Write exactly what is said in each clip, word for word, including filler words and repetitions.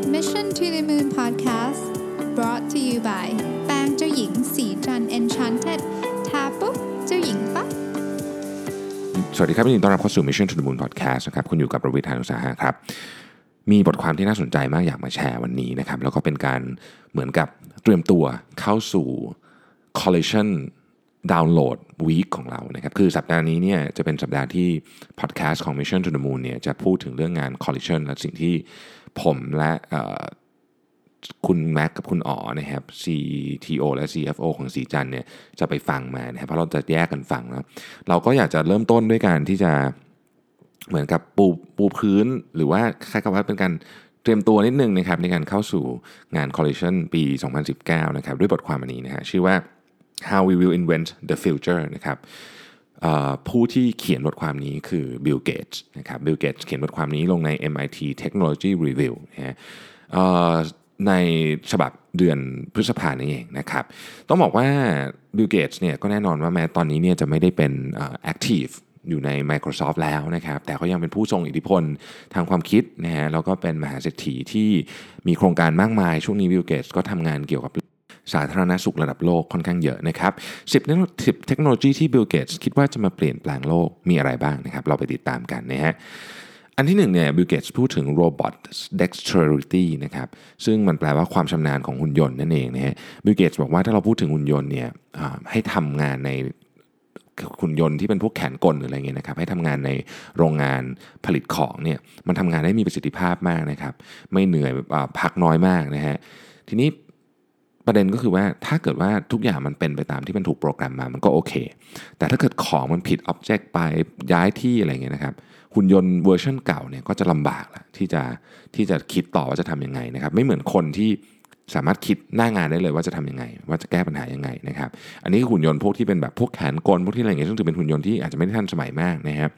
Mission to the Moon Podcast brought to you by แป้งเจ้าหญิงสีจัน Enchanted ทาปุ๊บเจ้าหญิงปั๊บสวัสดีครับยินดีต้อนรับเข้าสู่ Mission to the Moon Podcast นะครับคุณอยู่กับประวิทย์ หาญอุตสาหะครับมีบทความที่น่าสนใจมากอยากมาแชร์วันนี้นะครับแล้วก็เป็นการเหมือนกับเตรียมตัวเข้าสู่ Collision Download Week ของเรานะครับคือสัปดาห์นี้เนี่ยจะเป็นสัปดาห์ที่ Podcast ของ Mission to the Moon เนี่ยจะพูดถึงเรื่องงาน Collision และสิ่งที่ผมและคุณแม็กกับคุณอ๋อนะครับ ซี ที โอ และ ซี เอฟ โอ ของสีจันเนี่ยจะไปฟังมานะครับเพราะเราจะแยกกันฟังแล้วเราก็อยากจะเริ่มต้นด้วยการที่จะเหมือนกับปูปูพื้นหรือว่าคล้ายๆว่าเป็นการเตรียมตัวนิดนึงนะครับในการเข้าสู่งาน Collision ปี สองพันสิบเก้า นะครับด้วยบทความอันนี้นะฮะชื่อว่า How We Will Invent the Future นะครับผู้ที่เขียนบทความนี้คือ Bill Gates นะครับ Bill Gates เขียนบทความนี้ลงใน เอ็ม ไอ ที Technology Review นะฮะในฉบับเดือนพฤษภาคมนี้เองนะครับต้องบอกว่า Bill Gates เนี่ยก็แน่นอนว่าแม้ตอนนี้เนี่ยจะไม่ได้เป็น active อยู่ใน Microsoft แล้วนะครับแต่เขายังเป็นผู้ทรงอิทธิพลทางความคิดนะฮะแล้วก็เป็นมหาเศรษฐีที่มีโครงการมากมายช่วงนี้ Bill Gates ก็ทำงานเกี่ยวกับสาธารณสุขระดับโลกค่อนข้างเยอะนะครับสิบเทคโนโลยีที่ Bill Gates คิดว่าจะมาเปลี่ยนแปลงโลกมีอะไรบ้างนะครับเราไปติดตามกันนะฮะอันที่หนึ่งเนี่ย Bill Gates พูดถึง Robot Dexterity นะครับซึ่งมันแปลว่าความชำนาญของหุ่นยนต์นั่นเองนะฮะ Bill Gates บอกว่าถ้าเราพูดถึงหุ่นยนต์เนี่ยให้ทำงานในหุ่นยนต์ที่เป็นพวกแขนกลหรืออะไรเงี้ยนะครับให้ทำงานในโรงงานผลิตของเนี่ยมันทำงานได้มีประสิทธิภาพมากนะครับไม่เหนื่อยพักน้อยมากนะฮะทีนี้ประเด็นก็คือว่าถ้าเกิดว่าทุกอย่างมันเป็นไปตามที่มันถูกโปรแกรมมามันก็โอเคแต่ถ้าเกิดของมันผิดอ็อบเจกต์ไปย้ายที่อะไรเงี้ยนะครับหุ่นยนต์เวอร์ชันเก่าเนี่ยก็จะลำบากละที่จะที่จะคิดต่อว่าจะทำยังไงนะครับไม่เหมือนคนที่สามารถคิดหน้างานได้เลยว่าจะทำยังไงว่าจะแก้ปัญหายังไงนะครับอันนี้คือหุ่นยนต์พวกที่เป็นแบบพวกแขนกลพวกที่อะไรเงี้ยซึ่งถือเป็นหุ่นยนต์ที่อาจจะไม่ได้ทันสมัยมากนะครับ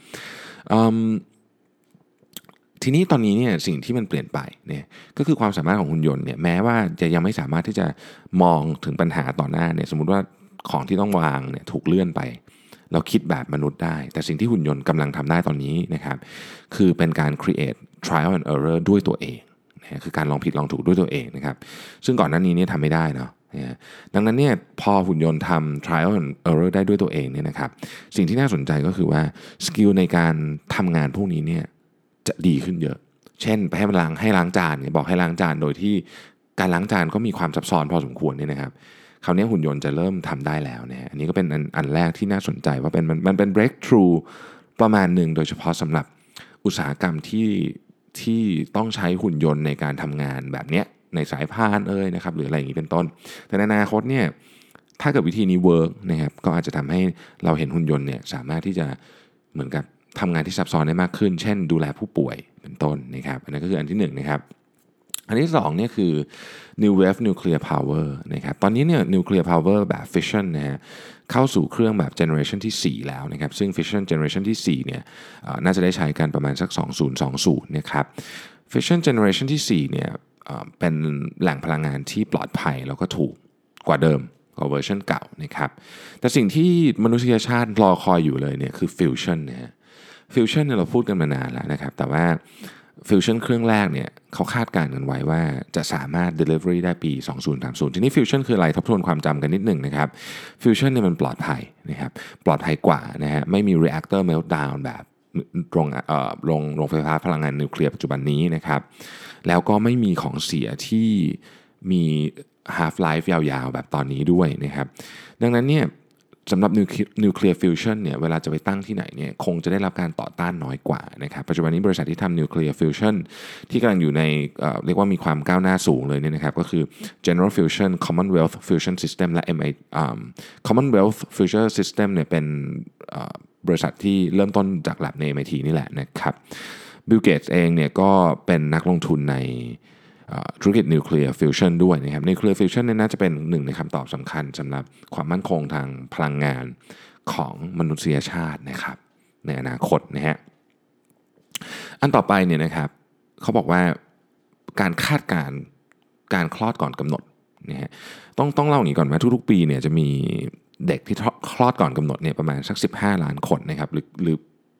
ทีนี้ตอนนี้เนี่ยสิ่งที่มันเปลี่ยนไปเนี่ยก็คือความสามารถของหุ่นยนต์เนี่ยแม้ว่าจะยังไม่สามารถที่จะมองถึงปัญหาต่อหน้าเนี่ยสมมุติว่าของที่ต้องวางเนี่ยถูกเลื่อนไปเราคิดแบบมนุษย์ได้แต่สิ่งที่หุ่นยนต์กำลังทำได้ตอนนี้นะครับคือเป็นการ create trial and error ด้วยตัวเองนะคือการลองผิดลองถูกด้วยตัวเองนะครับซึ่งก่อนหน้านี้เนี่ยทำไม่ได้เนาะนะดังนั้นเนี่ยพอหุ่นยนต์ทำ trial and error ได้ด้วยตัวเองเนี่ยนะครับสิ่งที่น่าสนใจก็คือว่าสกิลในการทำงานพวกนี้เนี่ยจะดีขึ้นเยอะเช่นไปให้มันล้างให้ล้างจานเนี่ยบอกให้ล้างจานโดยที่การล้างจานก็มีความซับซ้อนพอสมควรเนี่ยนะครับคราวนี้หุ่นยนต์จะเริ่มทำได้แล้วนะฮะอันนี้ก็เป็นอันอันแรกที่น่าสนใจว่าเป็นมันมันเป็น breakthrough ประมาณหนึ่งโดยเฉพาะสำหรับอุตสาหกรรมที่ที่ต้องใช้หุ่นยนต์ในการทำงานแบบเนี้ยในสายพานเอ่ยนะครับหรืออะไรอย่างนี้เป็นต้นแต่ในอนาคตเนี่ยถ้าเกิดวิธีนี้เวิร์กนะครับก็อาจจะทำให้เราเห็นหุ่นยนต์เนี่ยสามารถที่จะเหมือนกับทำงานที่ซับซ้อนได้มากขึ้นเช่นดูแลผู้ป่วยเป็นต้นนะครับอันนั้นก็คืออันที่หนึ่งนะครับอันที่สองเนี่ยคือ New Wave Nuclear Power นะครับตอนนี้เนี่ย Nuclear Power แบบ Fission นะฮะเข้าสู่เครื่องแบบ Generation ที่สี่แล้วนะครับซึ่ง Fission Generation ที่สี่เนี่ยน่าจะได้ใช้กันประมาณสักสองพันยี่สิบนะครับ Fission Generation ที่สี่เนี่ยเป็นแหล่งพลังงานที่ปลอดภัยแล้วก็ถูกกว่าเดิมกว่าเวอร์ชันเก่านะครับแต่สิ่งที่มนุษยชาติรอคอยอยู่เลยเนี่ยคือ Fusion นะฮะฟิวชั่นเนี่ยเราพูดกันมานานแล้วนะครับแต่ว่าฟิวชั่นเครื่องแรกเนี่ยเขาคาดการณ์กันไว้ว่าจะสามารถ delivery ได้ปีสองพันสามสิบทีนี้ฟิวชั่นคืออะไรทบทวนความจำกันนิดหนึ่งนะครับฟิวชั่นเนี่ยมันปลอดภัยนะครับปลอดภัยกว่านะฮะไม่มี reactor meltdown แบบโรงเอ่อโรงโรงไฟฟ้าพลังงานนิวเคลียร์ปัจจุบันนี้นะครับแล้วก็ไม่มีของเสียที่มี half life ยาวๆแบบตอนนี้ด้วยนะครับดังนั้นเนี่ยสำหรับนิวเคลียร์ฟิวชั่นเนี่ยเวลาจะไปตั้งที่ไหนเนี่ยคงจะได้รับการต่อต้านน้อยกว่านะครับปัจจุบันนี้บริษัทที่ทำนิวเคลียร์ฟิวชั่นที่กำลังอยู่ในเอ่อเรียกว่ามีความก้าวหน้าสูงเลยเนี่ยนะครับก็คือ General Fusion Commonwealth Fusion System และ เอ็ม ไอ อ่า Commonwealth Fusion System เนี่ยเป็นเอ่อบริษัทที่เริ่มต้นจาก lab ใน เอ็ม ไอ ที นี่แหละนะครับ Bill Gates เองเนี่ยก็เป็นนักลงทุนในธุรกิจนิวเคลียร์ฟิวชั่นด้วยนะครับนิวเคลียร์ฟิวชั่นเนี่ยน่าจะเป็นหนึ่งในคำตอบสำคัญสำหรับความมั่นคงทางพลังงานของมนุษยชาตินะครับในอนาคตนะฮะอันต่อไปเนี่ยนะครับเขาบอกว่าการคาดการณ์การคลอดก่อนกำหนดนะฮะต้องต้องเล่าอย่างนี้ก่อนว่าทุกๆปีเนี่ยจะมีเด็กที่คลอดก่อนกำหนดเนี่ยประมาณสักสิบห้าล้านคนนะครับหรือหรือ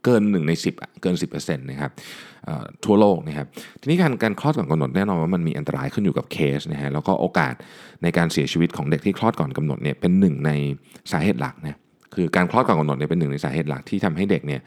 เกินหนึ่งในสิบอ่ะเกิน สิบเปอร์เซ็นต์ นะครับทั่วโลกนะครับทีนี้การการคลอดก่อนกำหนดแน่นอนว่ามันมีอันตรายขึ้นอยู่กับเคสนะฮะแล้วก็โอกาสในการเสียชีวิตของเด็กที่คลอดก่อนกำหนดเนี่ยเป็นหนึ่งในสาเหตุหลักนะคือการคลอดก่อนกำหนดเนี่ยเป็นหนึ่งในสาเหตุหลักที่ทำให้เด็กเนี่ย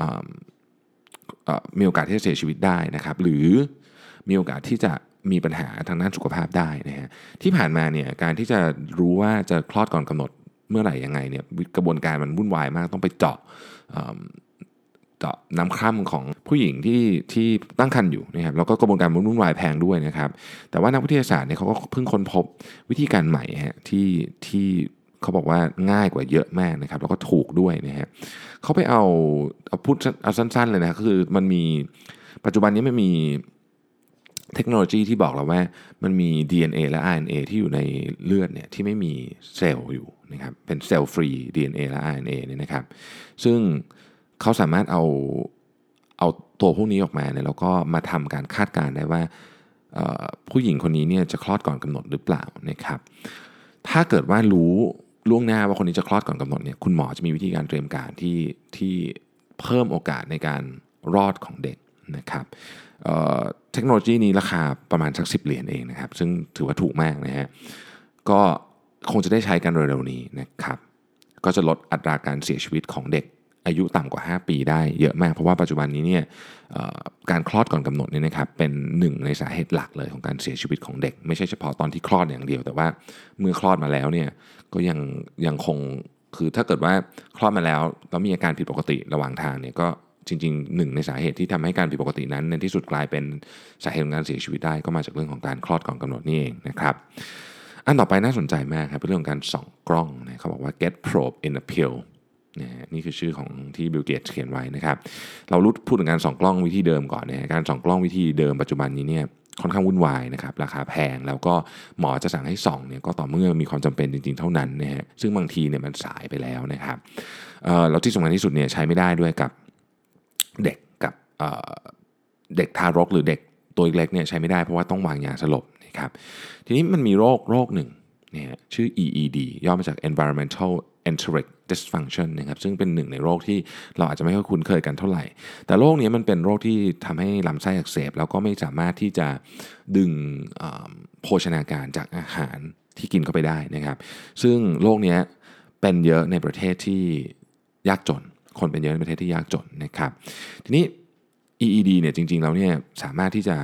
มีโอกาสที่จะเสียชีวิตได้นะครับหรือมีโอกาสที่จะมีปัญหาทางด้านสุขภาพได้นะฮะที่ผ่านมาเนี่ยการที่จะรู้ว่าจะคลอดก่อนกำหนดเมื่อไหร่ยังไงเนี่ยกระบวนการมันวุ่นวายมากต้องไปเจาะเจาะน้ำคร่ำของผู้หญิงที่ที่ตั้งครรภ์อยู่นะครับแล้วก็กระบวนการมันวุ่นวายแพงด้วยนะครับแต่ว่านักวิทยาศาสตร์เนี่ยเขาก็เพิ่งค้นพบวิธีการใหม่ฮะที่ที่เขาบอกว่าง่ายกว่าเยอะมากนะครับแล้วก็ถูกด้วยนะฮะเขาไปเอาเอาพูดเอาสั้นๆเลยนะก็คือมันมีปัจจุบันนี้มันมีเทคโนโลยีที่บอกเราว่ามันมี ดี เอ็น เอ และ อาร์ เอ็น เอ ที่อยู่ในเลือดเนี่ยที่ไม่มีเซลล์อยู่นะครับเป็นเซลล์ฟรี ดี เอ็น เอ และ อาร์ เอ็น เอ เนี่ยนะครับซึ่งเขาสามารถเอาเอาตัวพวกนี้ออกมาเนี่ยแล้วก็มาทำการคาดการณ์ได้ว่าผู้หญิงคนนี้เนี่ยจะคลอดก่อนกำหนดหรือเปล่านะครับถ้าเกิดว่ารู้ล่วงหน้าว่าคนนี้จะคลอดก่อนกำหนดเนี่ยคุณหมอจะมีวิธีการเตรียมการที่ที่เพิ่มโอกาสในการรอดของเด็กนะครับเทคโนโลยีนี้ราคาประมาณสักสิบเหรียญเองนะครับซึ่งถือว่าถูกมากนะฮะก็คงจะได้ใช้กันเร็วๆนี้นะครับก็จะลดอัตราการเสียชีวิตของเด็กอายุต่ำกว่าห้าปีได้เยอะมากเพราะว่าปัจจุบันนี้เนี่ยการคลอดก่อนกำหนดเนี่ยนะครับเป็นหนึ่งในสาเหตุหลักเลยของการเสียชีวิตของเด็กไม่ใช่เฉพาะตอนที่คลอดอย่างเดียวแต่ว่าเมื่อคลอดมาแล้วเนี่ยก็ยังยังคงคือถ้าเกิดว่าคลอดมาแล้วแล้วมีอาการผิดปกติระหว่างทางเนี่ยก็จริงๆหนึ่งในสาเหตุที่ทำให้การผิดปกตินั้นในที่สุดกลายเป็นสาเหตุของการเสียชีวิตได้ก็มาจากเรื่องของการคลอดก่อนกำหนดนี่เองนะครับอันต่อไปน่าสนใจมากครับเป็นเรื่องของการส่องกล้องนะเขาบอกว่า get probe in a pill นะนี่คือชื่อของที่บิลเกตส์เขียนไว้นะครับเรารู้พูดถึงการส่องกล้องวิธีเดิมก่อนนะการส่องกล้องวิธีเดิมปัจจุบันนี้เนี่ยค่อนข้างวุ่นวายนะครับราคาแพงแล้วก็หมอจะสั่งให้ส่องเนี่ยก็ต่อเมื่อมีความจำเป็นจริงๆเท่านั้นนะฮะซึ่งบางทีเนี่ยมันสายไปแล้วนะครับเอ่อแล้วที่สำคัญที่สุดเนี่ยใช้ไม่ได้ด้วยกับเด็กกับเอ่อเด็กทารกหรือเด็กตัวเล็กเนี่ยใช้ไม่ได้เพราะว่าต้องวางยาสลบนะครับทีนี้มันมีโรคโรคหนึ่งเนี่ยชื่อ อี อี ดี ย่อมาจาก environmental enteric dysfunction นะครับซึ่งเป็นหนึ่งในโรคที่เราอาจจะไม่ค่อยคุ้นเคยกันเท่าไหร่แต่โรคนี้มันเป็นโรคที่ทำให้ลำไส้อักเสบแล้วก็ไม่สามารถที่จะดึงโภชนาการจากอาหารที่กินเข้าไปได้นะครับซึ่งโรคนี้เป็นเยอะในประเทศที่ยากจนคนเป็นเยอะในประเทศที่ยากจนนะครับทีนี้ อี อี ดี เนี่ยจริงๆแล้วเนี่ยสามารถที่จะ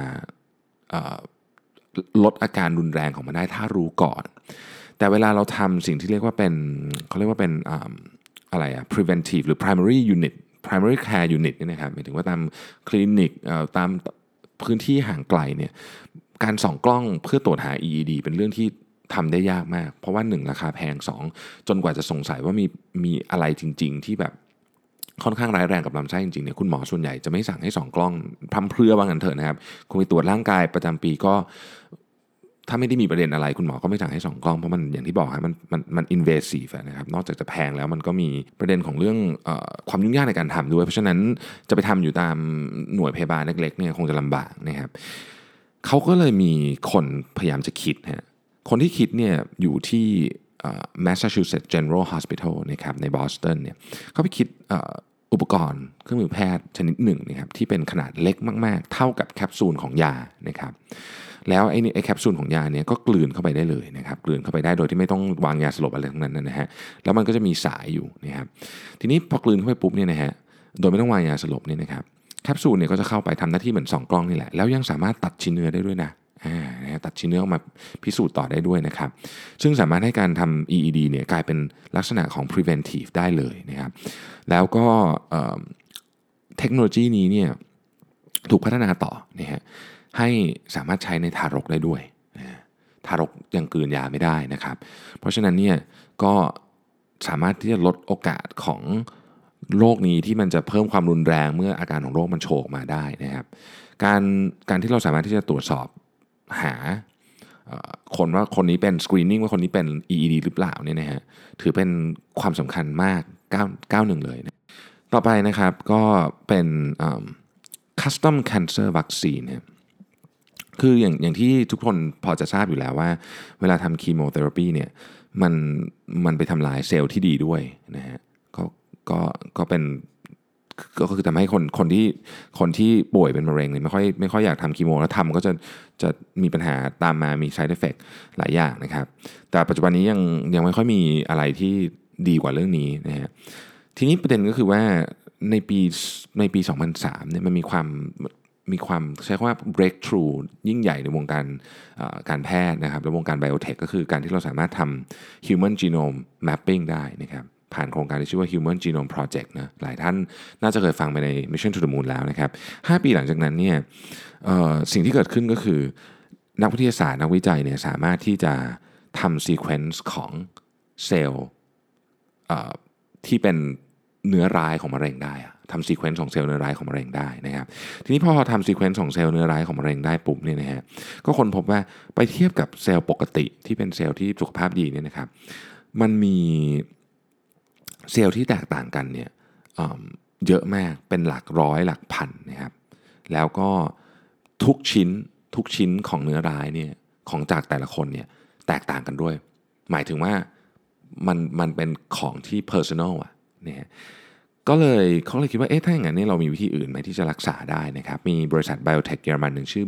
ลดอาการรุนแรงของมันได้ถ้ารู้ก่อนแต่เวลาเราทำสิ่งที่เรียกว่าเป็นเขาเรียกว่าเป็นอะไรอะ preventive หรือ primary unit primary care unit เนี่ยนะครับหมายถึงว่าตามคลินิกตามพื้นที่ห่างไกลเนี่ยการส่องกล้องเพื่อตรวจหา อี อี ดี เป็นเรื่องที่ทำได้ยากมากเพราะว่าหนึ่งราคาแพงสองจนกว่าจะสงสัยว่ามีมีอะไรจริงๆที่แบบค่อนข้างร้ายแรงกับลำไส้จริงๆเนี่ยคุณหมอส่วนใหญ่จะไม่สั่งให้ส่องกล้องพร่ำเพรื่อว่างั้นเถอะนะครับคุณไปตรวจร่างกายประจำปีก็ถ้าไม่ได้มีประเด็นอะไรคุณหมอก็ไม่สั่งให้ส่องกล้องเพราะมันอย่างที่บอกครับมันมันมัน invasive นะครับนอกจากจะแพงแล้วมันก็มีประเด็นของเรื่องเอ่อความยุ่งยากในการทำด้วยเพราะฉะนั้นจะไปทำอยู่ตามหน่วยพยาบาลเล็กๆเนี่ยคงจะลำบากนะครับเขาก็เลยมีคนพยายามจะคิดฮะคนที่คิดเนี่ยอยู่ที่ Massachusetts General Hospital นะครับในบอสตันเนี่ยเขาไปคิดอุปกรณ์เครื่องมือแพทย์ชนิดหนึ่งนะครับที่เป็นขนาดเล็กมากๆเท่ากับแคปซูลของยานะครับแล้วไอ้นี่ไอ้แคปซูลของยาเนี่ยก็กลืนเข้าไปได้เลยนะครับกลืนเข้าไปได้โดยที่ไม่ต้องวางยาสลบอะไรทั้งนั้นนะฮะแล้วมันก็จะมีสายอยู่นะครับทีนี้พอกลืนเข้าไปปุ๊บเนี่ยนะฮะโดยไม่ต้องวางยาสลบเนี่ยนะครับแคปซูลเนี่ยก็จะเข้าไปทำหน้าที่เหมือนส่องกล้องนี่แหละแล้วยังสามารถตัดชิ้นเนื้อได้ด้วยนะอ่านะตัดชิ้นเนื้อออกมาพิสูจน์ต่อได้ด้วยนะครับซึ่งสามารถให้การทำ อี อี ดี เนี่ยกลายเป็นลักษณะของ preventive ได้เลยนะครับแล้วก็เทคโนโลยีนี้เนี่ยถูกพัฒนาต่อนะฮะให้สามารถใช้ในทารกได้ด้วยทารกยังกลืนยาไม่ได้นะครับเพราะฉะนั้นเนี่ยก็สามารถที่จะลดโอกาสของโรคนี้ที่มันจะเพิ่มความรุนแรงเมื่ออาการของโรคมันโชว์ออกมาได้นะครับการการที่เราสามารถที่จะตรวจสอบหาคนว่าคนนี้เป็น screening ว่าคนนี้เป็น อี อี ดี หรือเปล่าเนี่ยนะฮะถือเป็นความสำคัญมากก้าวก้าวหนึ่งเลยนะต่อไปนะครับก็เป็น custom cancer vaccine เนี่ยคืออย่างอย่างที่ทุกคนพอจะทราบอยู่แล้วว่าเวลาทำคีโมเทอราปีเนี่ยมันมันไปทำลายเซลล์ที่ดีด้วยนะฮะก็ก็ก็เป็นก็คือทำให้คนคนที่คนที่ป่วยเป็นมะเร็งเนี่ยไม่ค่อยไม่ค่อยอยากทำคีโมแล้วทำก็จะจะมีปัญหาตามมามี side effect หลายอย่างนะครับแต่ปัจจุบันนี้ยังยังไม่ค่อยมีอะไรที่ดีกว่าเรื่องนี้นะฮะทีนี้ประเด็นก็คือว่าในปีในปีสองพันสามเนี่ยมันมีความมีความใช้คำว่า breakthrough ยิ่งใหญ่ในวงการการแพทย์นะครับและวงการ biotech ก็คือการที่เราสามารถทำ human genome mapping ได้นะครับผ่านโครงการที่ชื่อว่า Human Genome Project นะหลายท่านน่าจะเคยฟังไปใน Mission to the Moon แล้วนะครับห้าปีหลังจากนั้นเนี่ยสิ่งที่เกิดขึ้นก็คือนักวิทยาศาสตร์นักวิจัยเนี่ยสามารถที่จะทำ sequence ของเซลล์ที่เป็นเนื้อร้ายของมะเร็งได้ทำซีเควนซ์ของเซลล์เนื้อร้ายของมะเร็งได้นะครับทีนี้พอทำซีเควนซ์ของเซลล์เนื้อร้ายของมะเร็งได้ปุ๊บเนี่ยนะฮะก็ค้นพบว่าไปเทียบกับเซลล์ปกติที่เป็นเซลล์ที่สุขภาพดีเนี่ยนะครับมันมีเซลล์ที่แตกต่างกันเนี่ยเยอะมากเป็นหลักร้อยหลักพันนะครับแล้วก็ทุกชิ้นทุกชิ้นของเนื้อร้ายเนี่ยของจากแต่ละคนเนี่ยแตกต่างกันด้วยหมายถึงว่ามันมันเป็นของที่ personal อ่ะเนี่ยก็เลยเขาเลยคิดว่าเอ๊ะถ้าอย่างนั้นเนี่ยเรามีวิธีอื่นไหมที่จะรักษาได้นะครับมีบริษัท biotech เยอรมันหนึ่งชื่อ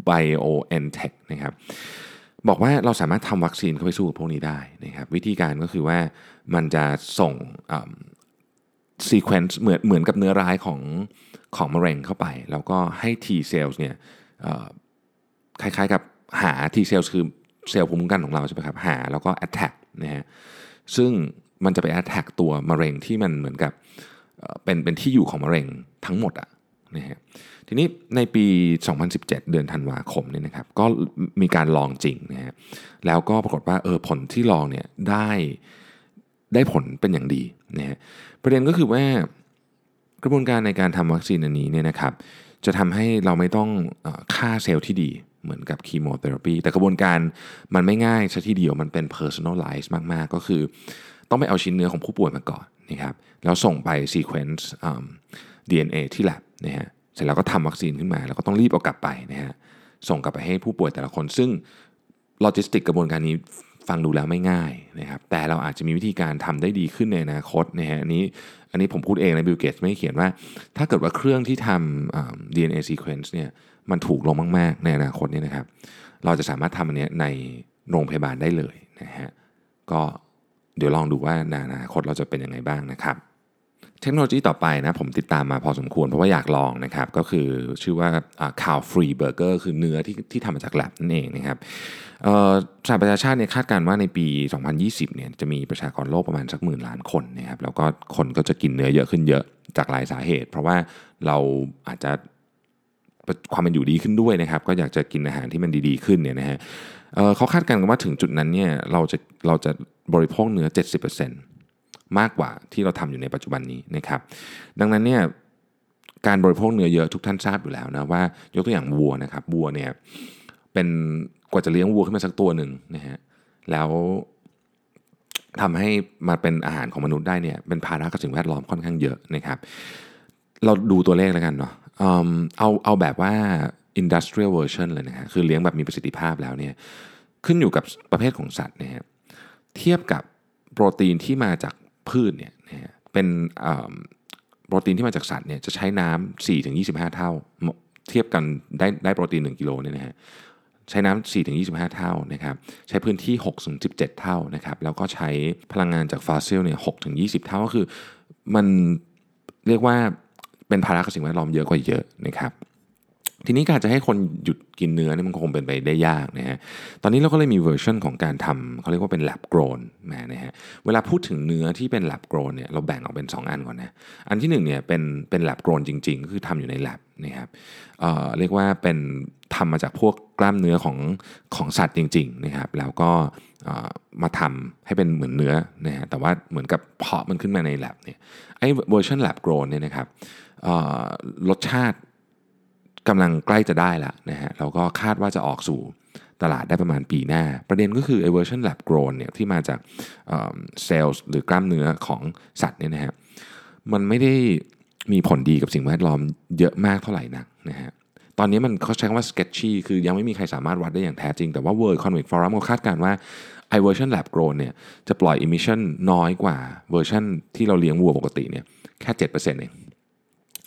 BioNTech นะครับบอกว่าเราสามารถทำวัคซีนเข้าไปสู้กับพวกนี้ได้นะครับวิธีการก็คือว่ามันจะส่งซีเควนซ์เหมือนเหมือนกับเนื้อร้ายของของมะเร็งเข้าไปแล้วก็ให้ T cells เนี่ยคล้ายๆกับหา T cells คือเซลล์ภูมิคุ้มกันของเราใช่ไหมครับหาแล้วก็ attack นะฮะซึ่งมันจะไป attack ตัวมะเร็งที่มันเหมือนกับเป็นเป็นที่อยู่ของมะเร็งทั้งหมดอ่ะนะฮะทีนี้ในปีสองพันสิบเจ็ดเดือนธันวาคมเนี่ยนะครับก็มีการลองจริงนะฮะแล้วก็ปรากฏว่าเออผลที่ลองเนี่ยได้ได้ผลเป็นอย่างดีนะฮะประเด็นก็คือว่ากระบวนการในการทำวัคซีนอันนี้เนี่ยนะครับจะทำให้เราไม่ต้องฆ่าเซลล์ที่ดีเหมือนกับคีโมเทอราปีแต่กระบวนการมันไม่ง่ายซะทีเดียวมันเป็น personalize มากๆก็คือต้องไปเอาชิ้นเนื้อของผู้ป่วยมาก่อนนะครับแล้วส่งไป sequence อืม ดี เอ็น เอ ที่ lab นะฮะเสร็จแล้วก็ทำวัคซีนขึ้นมาแล้วก็ต้องรีบเอากลับไปนะฮะส่งกลับไปให้ผู้ป่วยแต่ละคนซึ่งโลจิสติกกระบวนการนี้ฟังดูแล้วไม่ง่ายนะครับแต่เราอาจจะมีวิธีการทำได้ดีขึ้นในอนาคตนะฮะอันนี้อันนี้ผมพูดเองนะบิลเกตส์ไม่เขียนว่าถ้าเกิดว่าเครื่องที่ทำ ดี เอ็น เอ sequence เนี่ยมันถูกลงมากๆในอนาคตเนี่ยนะครับเราจะสามารถทำอันนี้ในโรงพยาบาลได้เลยนะฮะก็เดี๋ยวลองดูว่าในอนาคตเราจะเป็นยังไงบ้างนะครับเทคโนโลยีต่อไปนะผมติดตามมาพอสมควรเพราะว่าอยากลองนะครับก็คือชื่อว่าข้าวฟรีเบอร์เกอร์คือเนื้อที่ที่ทำมาจากแลบนั่นเองนะครับสหประชาชาติเนี่ยคาดการณ์ว่าในปีสองพันยี่สิบเนี่ยจะมีประชากรโลกประมาณสักหมื่นล้านคนนะครับแล้วก็คนก็จะกินเนื้อเยอะขึ้นเยอะจากหลายสาเหตุเพราะว่าเราอาจจะความเป็นอยู่ดีขึ้นด้วยนะครับก็อยากจะกินอาหารที่มันดีๆขึ้นเนี่ยนะฮะ เอ่อเขาคาดการณ์กันว่าถึงจุดนั้นเนี่ยเราจะเราจะบริโภคเนื้อ เจ็ดสิบเปอร์เซ็นต์ มากกว่าที่เราทำอยู่ในปัจจุบันนี้นะครับดังนั้นเนี่ยการบริโภคเนื้อเยอะทุกท่านทราบอยู่แล้วนะว่ายกตัวอย่างวัวนะครับวัวเนี่ยเป็นกว่าจะเลี้ยงวัวขึ้นมาสักตัวหนึ่งนะฮะแล้วทำให้มาเป็นอาหารของมนุษย์ได้เนี่ยเป็นภาระกับสิ่งแวดล้อมค่อนข้างเยอะนะครับเราดูตัวเลขแล้วกันเนาะเอ่อเอาเอาแบบว่าindustrial version เลยนะฮะคือเลี้ยงแบบมีประสิทธิภาพแล้วเนี่ยขึ้นอยู่กับประเภทของสัตว์นะฮะเทียบกับโปรตีนที่มาจากพืชเนี่ยนะฮะเป็นโปรตีนที่มาจากสัตว์เนี่ยจะใช้น้ำ สี่ถึงยี่สิบห้า เท่าเทียบกันได้ได้โปรตีนหนึ่งกิโลเนี่ยนะฮะใช้น้ำ สี่ถึงยี่สิบห้า เท่านะครับใช้พื้นที่ หกถึงสิบเจ็ด เท่านะครับแล้วก็ใช้พลังงานจากฟอสซิลเนี่ย หกถึงยี่สิบ เท่าก็คือมันเรียกว่าเป็นภาระกับสิ่งแวดล้อมเยอะกว่าเยอะนะครับทีนี้การจะให้คนหยุดกินเนื้อนี่มันคงเป็นไปได้ยากนะฮะตอนนี้เราก็เลยมีเวอร์ชันของการทำเขาเรียกว่าเป็น lab grown นะฮะเวลาพูดถึงเนื้อที่เป็น lab grown เนี่ยเราแบ่งออกเป็นสองอันก่อนนะอันที่หนึ่งเนี่ยเป็นเป็น lab grown จริงๆก็คือทำอยู่ใน lab นะครับ เอ่อ เรียกว่าเป็นทำมาจากพวกกล้ามเนื้อของของสัตว์จริงๆนะครับแล้วก็มาทำให้เป็นเหมือนเนื้อนะฮะแต่ว่าเหมือนกับเพาะมันขึ้นมาใน lab เนี่ยไอ้เวอร์ชัน lab grown เนี่ยนะครับรสชาติกำลังใกล้จะได้แล้วนะฮะแล้วก็คาดว่าจะออกสู่ตลาดได้ประมาณปีหน้าประเด็นก็คือไอ้เวอร์ชัน lab grown เนี่ยที่มาจากเซลล์หรือกล้ามเนื้อของสัตว์เนี่ยนะฮะมันไม่ได้มีผลดีกับสิ่งแวดล้อมเยอะมากเท่าไหร่นักนะฮะตอนนี้มันเขาใช้คำว่า sketchy คือยังไม่มีใครสามารถวัดได้อย่างแท้จริงแต่ว่า World Economic Forum เขาคาดการณ์ว่าไอ้เวอร์ชัน lab grown เนี่ยจะปล่อย emission น้อยกว่าเวอร์ชันที่เราเลี้ยงวัวปกติเนี่ยแค่ เจ็ดเปอร์เซ็นต์ เอง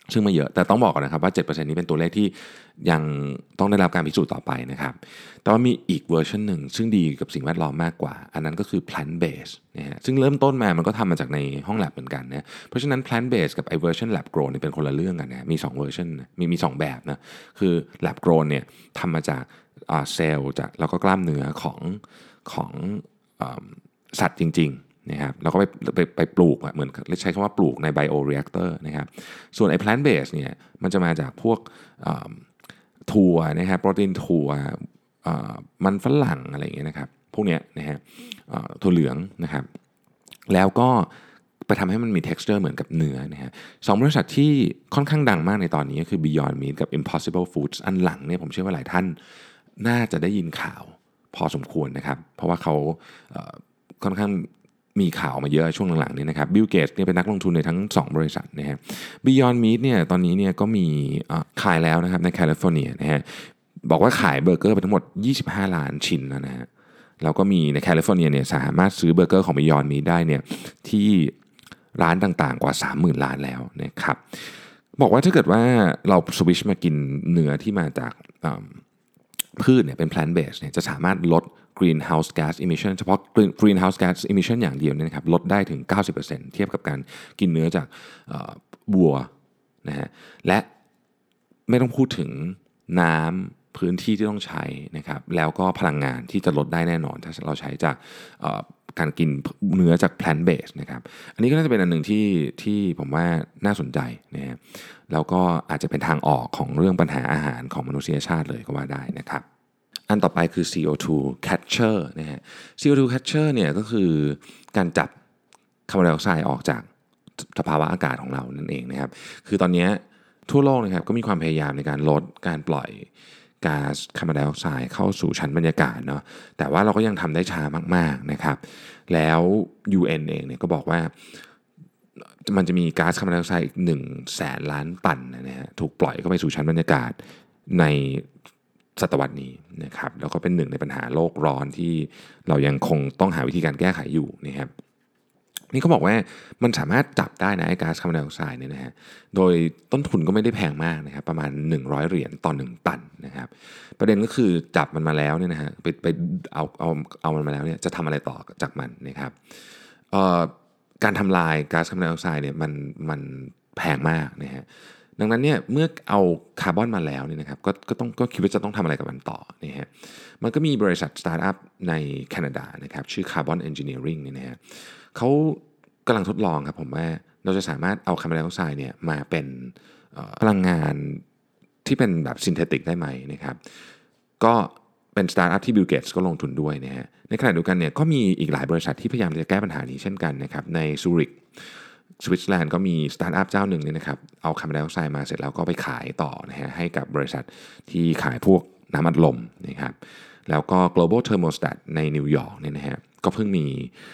ซึ่งไม่เยอะแต่ต้องบอกก่อนนะครับว่า เจ็ดเปอร์เซ็นต์ นี้เป็นตัวเลขที่ยังต้องได้รับการพิสูจน์ต่อไปนะครับแต่ว่ามีอีกเวอร์ชันหนึ่งซึ่งดีกับสิ่งแวดล้อมมากกว่าอันนั้นก็คือ plant based นะฮะซึ่งเริ่มต้นมามันก็ทำมาจากในห้องแลบเหมือนกันนะเพราะฉะนั้น plant based กับไอ้เวอร์ชัน lab grown เนี่ยเป็นคนละเรื่องกันนะมีสองเวอร์ชันมีมีสองแบบนะคือ lab grown เนี่ยทำมาจากเซลล์จากแล้วก็กล้ามเนื้อของของสัตว์จริงๆนะครับแล้วก็ไปไปไปปลูกเหมือนใช้คำว่าปลูกในไบโอเรีแอคเตอร์นะครับส่วนไอ้ plant based เนี่ยมันจะมาจากพวกถั่วนะครับโปรตีนถั่วมันฝรั่งอะไรอย่างเงี้ยนะครับพวกเนี้ยนะฮะถั่วเหลืองนะครับแล้วก็ไปทำให้มันมี texture เหมือนกับเนื้อนะฮะสองบริษัทที่ค่อนข้างดังมากในตอนนี้ก็คือ Beyond Meat กับ Impossible Foods อันหลังเนี่ยผมเชื่อว่าหลายท่านน่าจะได้ยินข่าวพอสมควรนะครับเพราะว่าเขาค่อนข้างมีข่าวมาเยอะช่วงหลังๆนี้นะครับบิลเกตส์เนี่ยเป็นนักลงทุนในทั้งสองบริษัทนะฮะ Beyond Meat เนี่ยตอนนี้เนี่ยก็มีขายแล้วนะครับในแคลิฟอร์เนียนะฮะบอกว่าขายเบอร์เกอร์ไปทั้งหมดยี่สิบห้าล้านชิ้นแล้วนะฮะแล้วก็มีในแคลิฟอร์เนียเนี่ยสามารถซื้อเบอร์เกอร์ของ Beyond Meat ได้เนี่ยที่ร้านต่างๆกว่า สามหมื่น ล้านแล้วนะครับบอกว่าถ้าเกิดว่าเราสวิชมากินเนื้อที่มาจากพืชเนี่ยเป็น plant based เนี่ยจะสามารถลด greenhouse gas emission เฉพาะ greenhouse gas emission อย่างเดียวเนี่ยนะครับลดได้ถึง เก้าสิบเปอร์เซ็นต์ เทียบกับการกินเนื้อจากวัวนะฮะและไม่ต้องพูดถึงน้ำพื้นที่ที่ต้องใช้นะครับแล้วก็พลังงานที่จะลดได้แน่นอนถ้าเราใช้จากการกินเนื้อจาก plant based นะครับอันนี้ก็น่าจะเป็นอันหนึ่งที่ที่ผมว่าน่าสนใจนะฮะแล้วก็อาจจะเป็นทางออกของเรื่องปัญหาอาหารของมนุษยชาติเลยก็ว่าได้นะครับอันต่อไปคือ ซี โอ ทู catcher นะฮะ ซี โอ ทู catcher เนี่ยก็คือการจับคาร์บอนไดออกไซด์ออกจากสภาวะอากาศของเรานั่นเองนะครับคือตอนนี้ทั่วโลกนะครับก็มีความพยายามในการลดการปล่อยก๊าซคาร์บอนไดออกไซด์เข้าสู่ชั้นบรรยากาศเนาะแต่ว่าเราก็ยังทำได้ช้ามากๆนะครับแล้ว ยู เอ็น เองเนี่ยก็บอกว่ามันจะมีก๊าซคาร์บอนไดออกไซด์อีกหนึ่งแสนล้านตันนะฮะถูกปล่อยเข้าไปสู่ชั้นบรรยากาศในศตวรรษนี้นะครับแล้วก็เป็นหนึ่งในปัญหาโลกร้อนที่เรายังคงต้องหาวิธีการแก้ไขอยู่นะครับนี่เขาบอกว่ามันสามารถจับได้นะไอ้ก๊าซคาร์บอนไดออกไซด์เนี่ยนะฮะโดยต้นทุนก็ไม่ได้แพงมากนะครับประมาณหนึ่งร้อยเหรียญต่อหนึ่งตันนะครับประเด็นก็คือจับมันมาแล้วเนี่ยนะฮะไปไปเอาเอาเอามันมาแล้วเนี่ยจะทำอะไรต่อจากมันนะครับเอ่อการทำลายก๊าซคาร์บอนไดออกไซด์เนี่ยมันมันแพงมากนะฮะดังนั้นเนี่ยเมื่อเอาคาร์บอนมาแล้วเนี่ยนะครับก็ก็ต้องก็คิดว่าจะต้องทำอะไรกับมันต่อนะฮะมันก็มีบริษัทสตาร์ทอัพในแคนาดานะครับชื่อ Carbon Engineering เนี่ยนะฮะเขากำลังทดลองครับผมว่าเราจะสามารถเอาคาร์บอนไดออกไซด์เนี่ยมาเป็นพลังงานที่เป็นแบบซินเทติกได้ไหมนะครับก็เป็นสตาร์ทอัพที่บิลเกตส์ก็ลงทุนด้วยนะฮะในขณะเดียวกันเนี่ยก็มีอีกหลายบริษัทที่พยายามจะแก้ปัญหานี้เช่นกันนะครับในซูริกสวิตเซอร์แลนด์ก็มีสตาร์ทอัพเจ้าหนึ่งเนี่ยนะครับเอาคาร์บอนไดออกไซด์มาเสร็จแล้วก็ไปขายต่อนะฮะให้กับบริษัทที่ขายพวกน้ำอัดลมนะครับแล้วก็ Global Thermostat ในนิวยอร์กเนี่ยนะฮะก็เพิ่งมี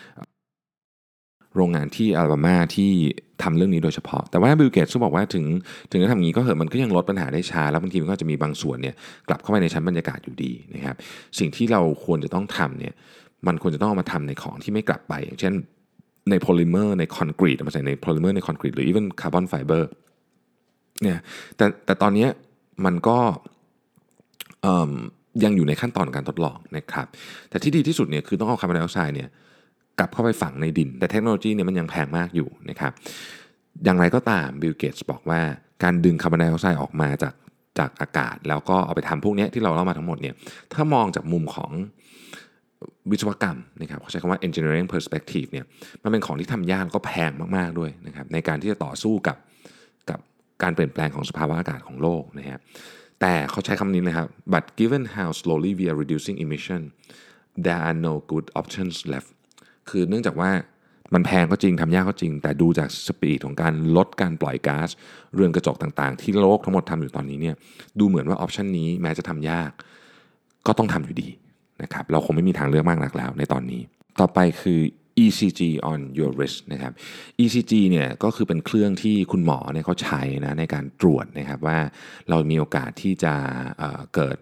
โรงงานที่อลาบามาที่ทำเรื่องนี้โดยเฉพาะแต่ว่าบิลเกตส์ก็บอกว่าถึงถึงจะทำอย่างนี้ก็เหอะมันก็ยังลดปัญหาได้ช้าแล้วบางทีมันก็จะมีบางส่วนเนี่ยกลับเข้าไปในชั้นบรรยากาศอยู่ดีนะครับสิ่งที่เราควรจะต้องทำเนี่ยมันควรจะต้องเอามาทำในของที่ไม่กลับไปอย่างเช่นในโพลิเมอร์ในคอนกรีตมาใส่ในโพลิเมอร์ในคอนกรีตหรือ even คาร์บอนไฟเบอร์เนี่ยแต่แต่ตอนนี้มันก็ยังอยู่ในขั้นตอนการทดลองนะครับแต่ที่ดีที่สุดเนี่ยคือต้องเอาคาร์บอนไดออกไซด์เนี่ยกลับเข้าไปฝังในดินแต่เทคโนโลยีเนี่ยมันยังแพงมากอยู่นะครับอย่างไรก็ตามบิลเกตส์บอกว่าการดึงคาร์บอนไดออกไซด์ออกมาจากจากอากาศแล้วก็เอาไปทำพวกนี้ที่เราเล่ามาทั้งหมดเนี่ยถ้ามองจากมุมของวิศวกรรมนะครับเขาใช้คำว่า engineering perspective เนี่ยมันเป็นของที่ทำยากแล้วก็แพงมากๆด้วยนะครับในการที่จะต่อสู้กับกับการเปลี่ยนแปลงของสภาวะอากาศของโลกนะฮะแต่เขาใช้คำนี้นะครับ but given how slowly we are reducing emission there are no good options left คือเนื่องจากว่ามันแพงก็จริงทำยากก็จริงแต่ดูจากสปีดของการลดการปล่อยก๊าซเรือนกระจกต่างๆที่โลกทั้งหมดทำอยู่ตอนนี้เนี่ยดูเหมือนว่าออปชันนี้แม้จะทำยากก็ต้องทำอยู่ดีนะครับเราคงไม่มีทางเลือกมากนักแล้วในตอนนี้ต่อไปคือ อี ซี จี on your wrist นะครับ อี ซี จี เนี่ยก็คือเป็นเครื่องที่คุณหมอเนี่ยเขาใช้นะในการตรวจนะครับว่าเรามีโอกาสที่จะ เอ่อ เกิด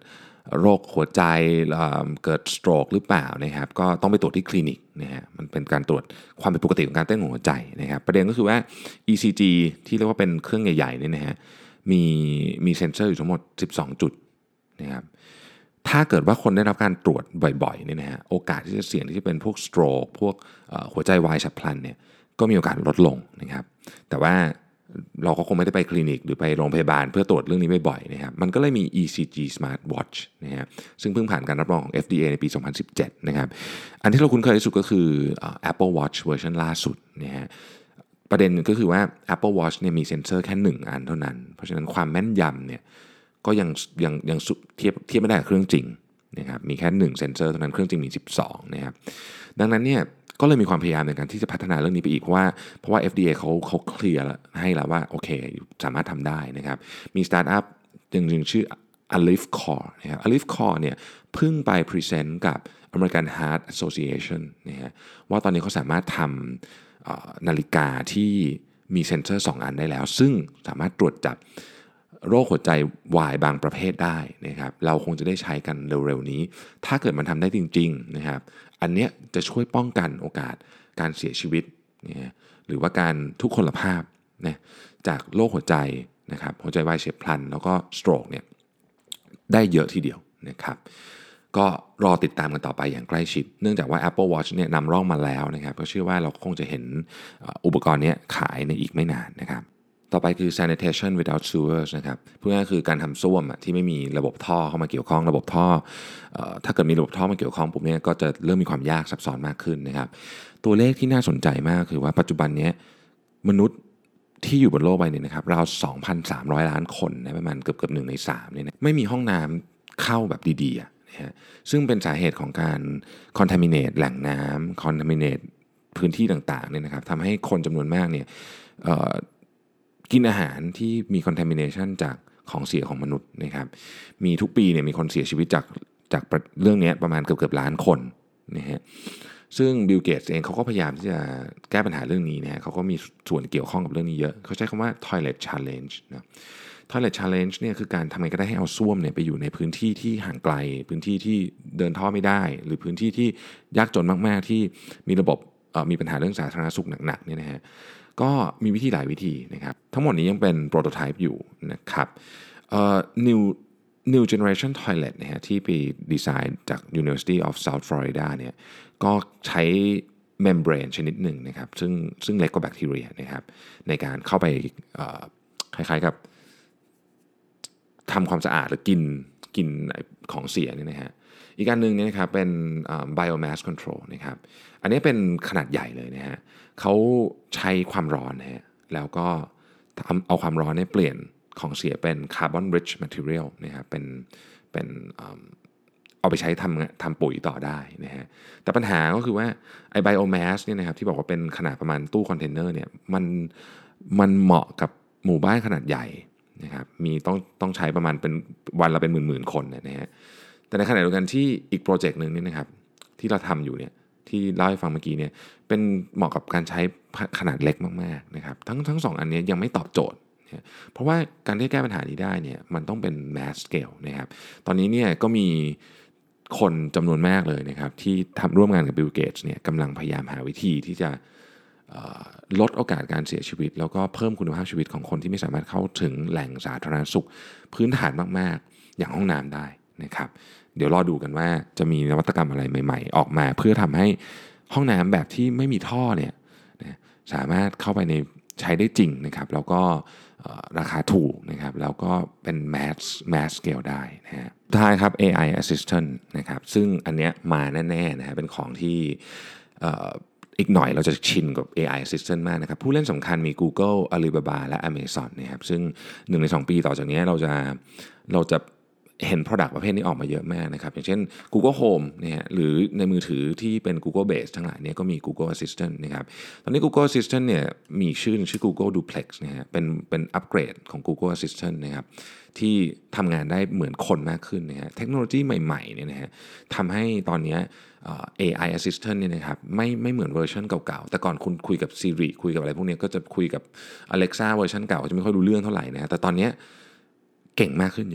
โรคหัวใจเกิดสโตรกหรือเปล่านะครับก็ต้องไปตรวจที่คลินิกนะฮะมันเป็นการตรวจความผิดปกติของการเต้นของหัวใจนะครับประเด็นก็คือว่า อี ซี จี ที่เรียกว่าเป็นเครื่องใหญ่ๆเนี่ยนะฮะมีมีเซ็นเซอร์อยู่ทั้งหมดสิบสองจุดนะครับถ้าเกิดว่าคนได้รับการตรวจบ่อยๆเนี่ยนะฮะโอกาสที่จะเสี่ยงที่จะเป็นพวกสโตรกพวกหัวใจวายฉับพลันเนี่ยก็มีโอกาสลดลงนะครับแต่ว่าเราก็คงไม่ได้ไปคลินิกหรือไปโรงพยาบาลเพื่อตรวจเรื่องนี้บ่อยๆนะครับมันก็เลยมี อี ซี จี Smart Watch นะฮะซึ่งเพิ่งผ่านการรับรองของ เอฟ ดี เอ ในปี สองพันสิบเจ็ดนะครับอันที่เราคุ้นเคยที่สุดก็คือ Apple Watch เวอร์ชันล่าสุดนะฮะประเด็นก็คือว่า Apple Watch เนี่ยมีเซ็นเซอร์แค่หนึ่งอันเท่านั้นเพราะฉะนั้นความแม่นยำเนี่ยก็ยังยังยังเทียบเทียบไม่ได้กับเครื่องจริงนะครับมีแค่หนึ่งเซ็นเซอร์เท่านั้นเครื่องจริงมีสิบสองนะครับดังนั้นเนี่ยก็เลยมีความพยายามในการที่จะพัฒนาเรื่องนี้ไปอีกเพราะว่าเพราะว่า เอฟ ดี เอ เขาเขาเคลียร์ให้แล้วว่าโอเคสามารถทำได้นะครับมีสตาร์ทอัพอย่างหนึ่งชื่อ Alif Core นะครับ Alif Core เนี่ยเพิ่งไปพรีเซนต์กับ American Heart Association นะฮะว่าตอนนี้เขาสามารถทำนาฬิกาที่มีเซ็นเซอร์สองอันได้แล้วซึ่งสามารถตรวจจับโรคหัวใจวายบางประเภทได้นะครับเราคงจะได้ใช้กันเร็วๆนี้ถ้าเกิดมันทำได้จริงๆนะครับอันเนี้ยจะช่วยป้องกันโอกาสการเสียชีวิตนะหรือว่าการทุกพลภาพนะจากโรคหัวใจนะครับหัวใจวายเฉียบพลันแล้วก็สโตรกเนี่ยได้เยอะทีเดียวนะครับก็รอติดตามกันต่อไปอย่างใกล้ชิดเนื่องจากว่า Apple Watch เนี่ยนำร่องมาแล้วนะครับก็เชื่อว่าเราคงจะเห็นอุปกรณ์นี้ขายในอีกไม่นานนะครับต่อไปคือ sanitation without sewers นะครับเพื่อคือการทำส้วมที่ไม่มีระบบท่อเข้ามาเกี่ยวข้องระบบท่อถ้าเกิดมีระบบท่อมาเกี่ยวข้องปุ๊บเนี่ยก็จะเริ่มมีความยากซับซ้อนมากขึ้นนะครับตัวเลขที่น่าสนใจมากคือว่าปัจจุบันนี้มนุษย์ที่อยู่บนโลกใบนี้นะครับราว สองพันสามร้อย ล้านคนนะประมาณเกือบๆหนึ่งในสามเนี่ยไม่มีห้องน้ำเข้าแบบดีๆนะฮะซึ่งเป็นสาเหตุของการ contaminate แหล่งน้ำ contaminate พื้นที่ต่างๆเนี่ยนะครับทำให้คนจำนวนมากเนี่ยกินอาหารที่มี contamination จากของเสียของมนุษย์นะครับมีทุกปีเนี่ยมีคนเสียชีวิตจากจากเรื่องนี้ประมาณเกือบเกือบล้านคนนะฮะซึ่งบิลเกตส์เองเขาก็พยายามที่จะแก้ปัญหาเรื่องนี้นะฮะเขาก็มีส่วนเกี่ยวข้องกับเรื่องนี้เยอะเขาใช้คำว่า toilet challenge นะ toilet challenge เนี่ยคือการทำไงก็ได้ให้เอาส้วมเนี่ยไปอยู่ในพื้นที่ที่ห่างไกลพื้นที่ที่เดินท่อไม่ได้หรือพื้นที่ที่ยากจนมากๆที่มีระบบมีปัญหาเรื่องสาธารณสุขหนักๆเนี่ยนะฮะก็มีวิธีหลายวิธีนะครับทั้งหมดนี้ยังเป็นโปรโตไทป์อยู่นะครับเอ่อ new new generation toilet นะฮะที่ไปดีไซน์จาก University of South Florida เนี่ยก็ใช้ membrane ชนิดหนึ่งนะครับซึ่งซึ่งเล็กกว่าแบคทีเรียนะครับในการเข้าไปคล้ายๆกับทำความสะอาดหรือกินกินของเสียนี่นะฮะอีกอันหนึ่งเนี่ยนะครับเป็น biomass control นะครับอันนี้เป็นขนาดใหญ่เลยนะฮะเขาใช้ความร้อนนะฮะแล้วก็เอาความร้อนเนี่ยเปลี่ยนของเสียเป็น carbon rich material นะครับเป็นเป็นเอาไปใช้ทำทำปุ๋ยต่อได้นะฮะแต่ปัญหาก็คือว่าไอ้ biomass เนี่ยนะครับที่บอกว่าเป็นขนาดประมาณตู้คอนเทนเนอร์เนี่ยมันมันเหมาะกับหมู่บ้านขนาดใหญ่นะครับมีต้องต้องใช้ประมาณเป็นวันละเป็นหมื่นๆคนนะฮะแต่ในขณะเดียวกันที่อีกโปรเจกต์นึงนี่นะครับที่เราทำอยู่เนี่ยที่เล่าให้ฟังเมื่อกี้เนี่ยเป็นเหมาะกับการใช้ขนาดเล็กมากๆนะครับทั้งทั้งสองอันนี้ยังไม่ตอบโจทย์เพราะว่าการที่แก้ปัญหานี้ได้เนี่ยมันต้องเป็น mass scale นะครับตอนนี้เนี่ยก็มีคนจำนวนมากเลยนะครับที่ทำร่วมงานกับ Bill Gates เนี่ยกำลังพยายามหาวิธีที่จะลดโอกาสการเสียชีวิตแล้วก็เพิ่มคุณภาพชีวิตของคนที่ไม่สามารถเข้าถึงแหล่งสาธารณสุขพื้นฐานมากๆอย่างห้องน้ำได้นะครับเดี๋ยวรอดูกันว่าจะมีนวัตกรรมอะไรใหม่ๆออกมาเพื่อทำให้ห้องน้ำแบบที่ไม่มีท่อเนี่ยสามารถเข้าไปในใช้ได้จริงนะครับแล้วก็ราคาถูกนะครับแล้วก็เป็น mass mass scale ได้นะฮะท้ายครับ เอ ไอ Assistant นะครับซึ่งอันเนี้ยมาแน่ๆนะฮะเป็นของที่อีกหน่อยเราจะชินกับ เอ ไอ Assistant มากนะครับผู้เล่นสำคัญมี Google Alibaba และ Amazon นะครับซึ่งหนึ่งในสองปีต่อจากนี้เราจะเราจะเห็น product ประเภทนี้ออกมาเยอะมากนะครับอย่างเช่น Google Home เนี่ยหรือในมือถือที่เป็น Google Base ทั้งหลายเนี่ยก็มี Google Assistant นะครับตอนนี้ Google Assistant เนี่ยมีชื่อชื่อ Google Duplex นะฮะเป็นเป็นอัปเกรดของ Google Assistant นะครับที่ทำงานได้เหมือนคนมากขึ้นนะฮะเทคโนโลยีใหม่ๆเนี่ยนะฮะทำให้ตอนนี้ เอ ไอ Assistant เนี่ยนะครับไม่ไม่เหมือนเวอร์ชันเก่าๆแต่ก่อนคุณคุยกับ Siri คุยกับอะไรพวกนี้ก็จะคุยกับ Alexa เวอร์ชันเก่าจะไม่ค่อยรู้เรื่องเท่าไหร่นะแต่ตอนนี้เก่งมากขึ้นเยอะ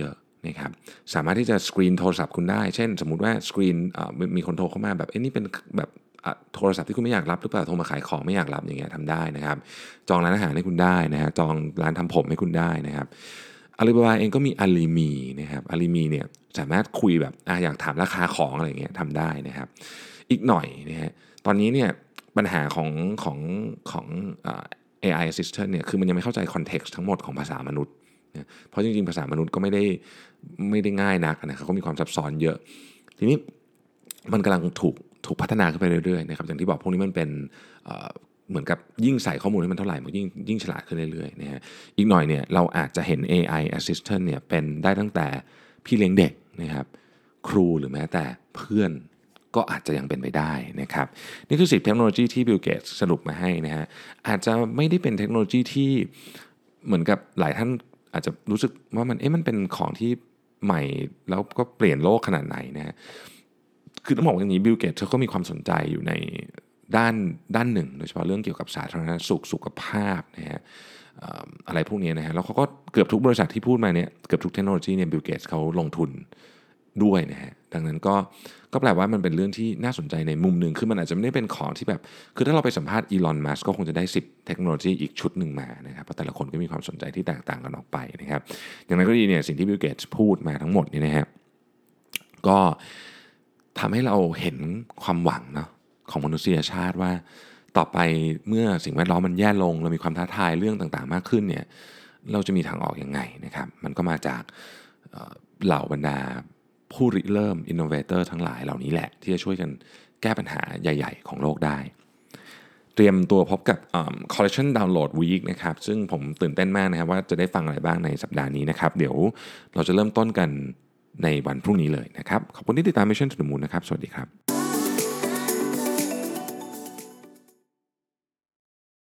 นะครับสามารถที่จะสกรีนโทรศัพท์คุณได้เช่นสมมุติว่าสกรีนมีคนโทรเข้ามาแบบเอ้ยนี่เป็นแบบโทรศัพท์ที่คุณไม่อยากรับหรือเปล่าโทรมาขายของไม่อยากรับอย่างเงี้ยทำได้นะครับจองร้านอาหารให้คุณได้นะฮะจองร้านทำผมให้คุณได้นะครับอาลีบาบาเองก็มีอาลีมีนะครับอาลีมีเนี่ยสามารถคุยแบบอ่ะอยากถามราคาของอะไรเงี้ยทำได้นะครับอีกหน่อยนะฮะตอนนี้เนี่ยปัญหาของของของเอ่อ เอ ไอ Assistant เนี่ยคือมันยังไม่เข้าใจคอนเท็กซ์ทั้งหมดของภาษามนุษย์นะเพราะจริงๆภาษามนุษย์ก็ไม่ได้ไม่ได้ง่ายนักนะครับก็มีความซับซ้อนเยอะทีนี้มันกำลังถูกถูกพัฒนาขึ้นไปเรื่อยๆนะครับอย่างที่บอกพวกนี้มันเป็นเอ่อเหมือนกับยิ่งใส่ข้อมูลให้มันเท่าไหร่มันยิ่งยิ่งฉลาดขึ้นเรื่อยๆนะฮะอีกหน่อยเนี่ยเราอาจจะเห็น เอ ไอ Assistant เนี่ยเป็นได้ตั้งแต่พี่เลี้ยงเด็กนะครับครูหรือแม้แต่เพื่อนก็อาจจะยังเป็นไปได้นะครับนี่คือสิบเทคโนโลยีที่บิลเกตส์สรุปมาให้นะฮะอาจจะไม่ได้เป็นเทคโนโลยีที่เหมือนกับหลายท่านอาจจะรู้สึกว่ามันเอ๊ะมันเป็นของที่ใหม่แล้วก็เปลี่ยนโลกขนาดไหนนะฮะคือต้องบอกอย่างนี้บิลเกตส์เขาก็มีความสนใจอยู่ในด้านด้านหนึ่งโดยเฉพาะเรื่องเกี่ยวกับสาธารณสุขสุขภาพนะฮะอะไรพวกนี้นะฮะแล้วเขาก็เกือบทุกบริษัทที่พูดมาเนี่ยเกือบทุกเทคโนโลยีเนี่ยบิลเกตส์เขาลงทุนด้วยนะฮะดังนั้นก็ก็แปลว่ามันเป็นเรื่องที่น่าสนใจในมุมหนึ่งคือมันอาจจะไม่ได้เป็นของที่แบบคือถ้าเราไปสัมภาษณ์อีลอนมัสก์ก็คงจะได้สิบเทคโนโลยีอีกชุดหนึ่งมานะครับเพราะแต่ละคนก็มีความสนใจที่แตกต่างกันออกไปนะครับอย่างนั้นก็ดีเนี่ยสิ่งที่บิลเกตส์พูดมาทั้งหมดเนี่ยนะฮะก็ทำให้เราเห็นความหวังเนาะของมนุษยชาติว่าต่อไปเมื่อสิ่งแวดล้อมมันแย่ลงเรามีความท้าทายเรื่องต่างๆมากขึ้นเนี่ยเราจะมีทางออกยังไงนะครับมันก็มาจากเหล่าบรรดาผู้ริเริ่ม innovator ทั้งหลายเหล่านี้แหละที่จะช่วยกันแก้ปัญหาใหญ่ๆของโลกได้เตรียมตัวพบกับ Collection Download Week นะครับซึ่งผมตื่นเต้นมากนะครับว่าจะได้ฟังอะไรบ้างในสัปดาห์นี้นะครับเดี๋ยวเราจะเริ่มต้นกันในวันพรุ่งนี้เลยนะครับขอบคุณที่ติดตาม Mission to the Moon นะครับสวัสดีครับ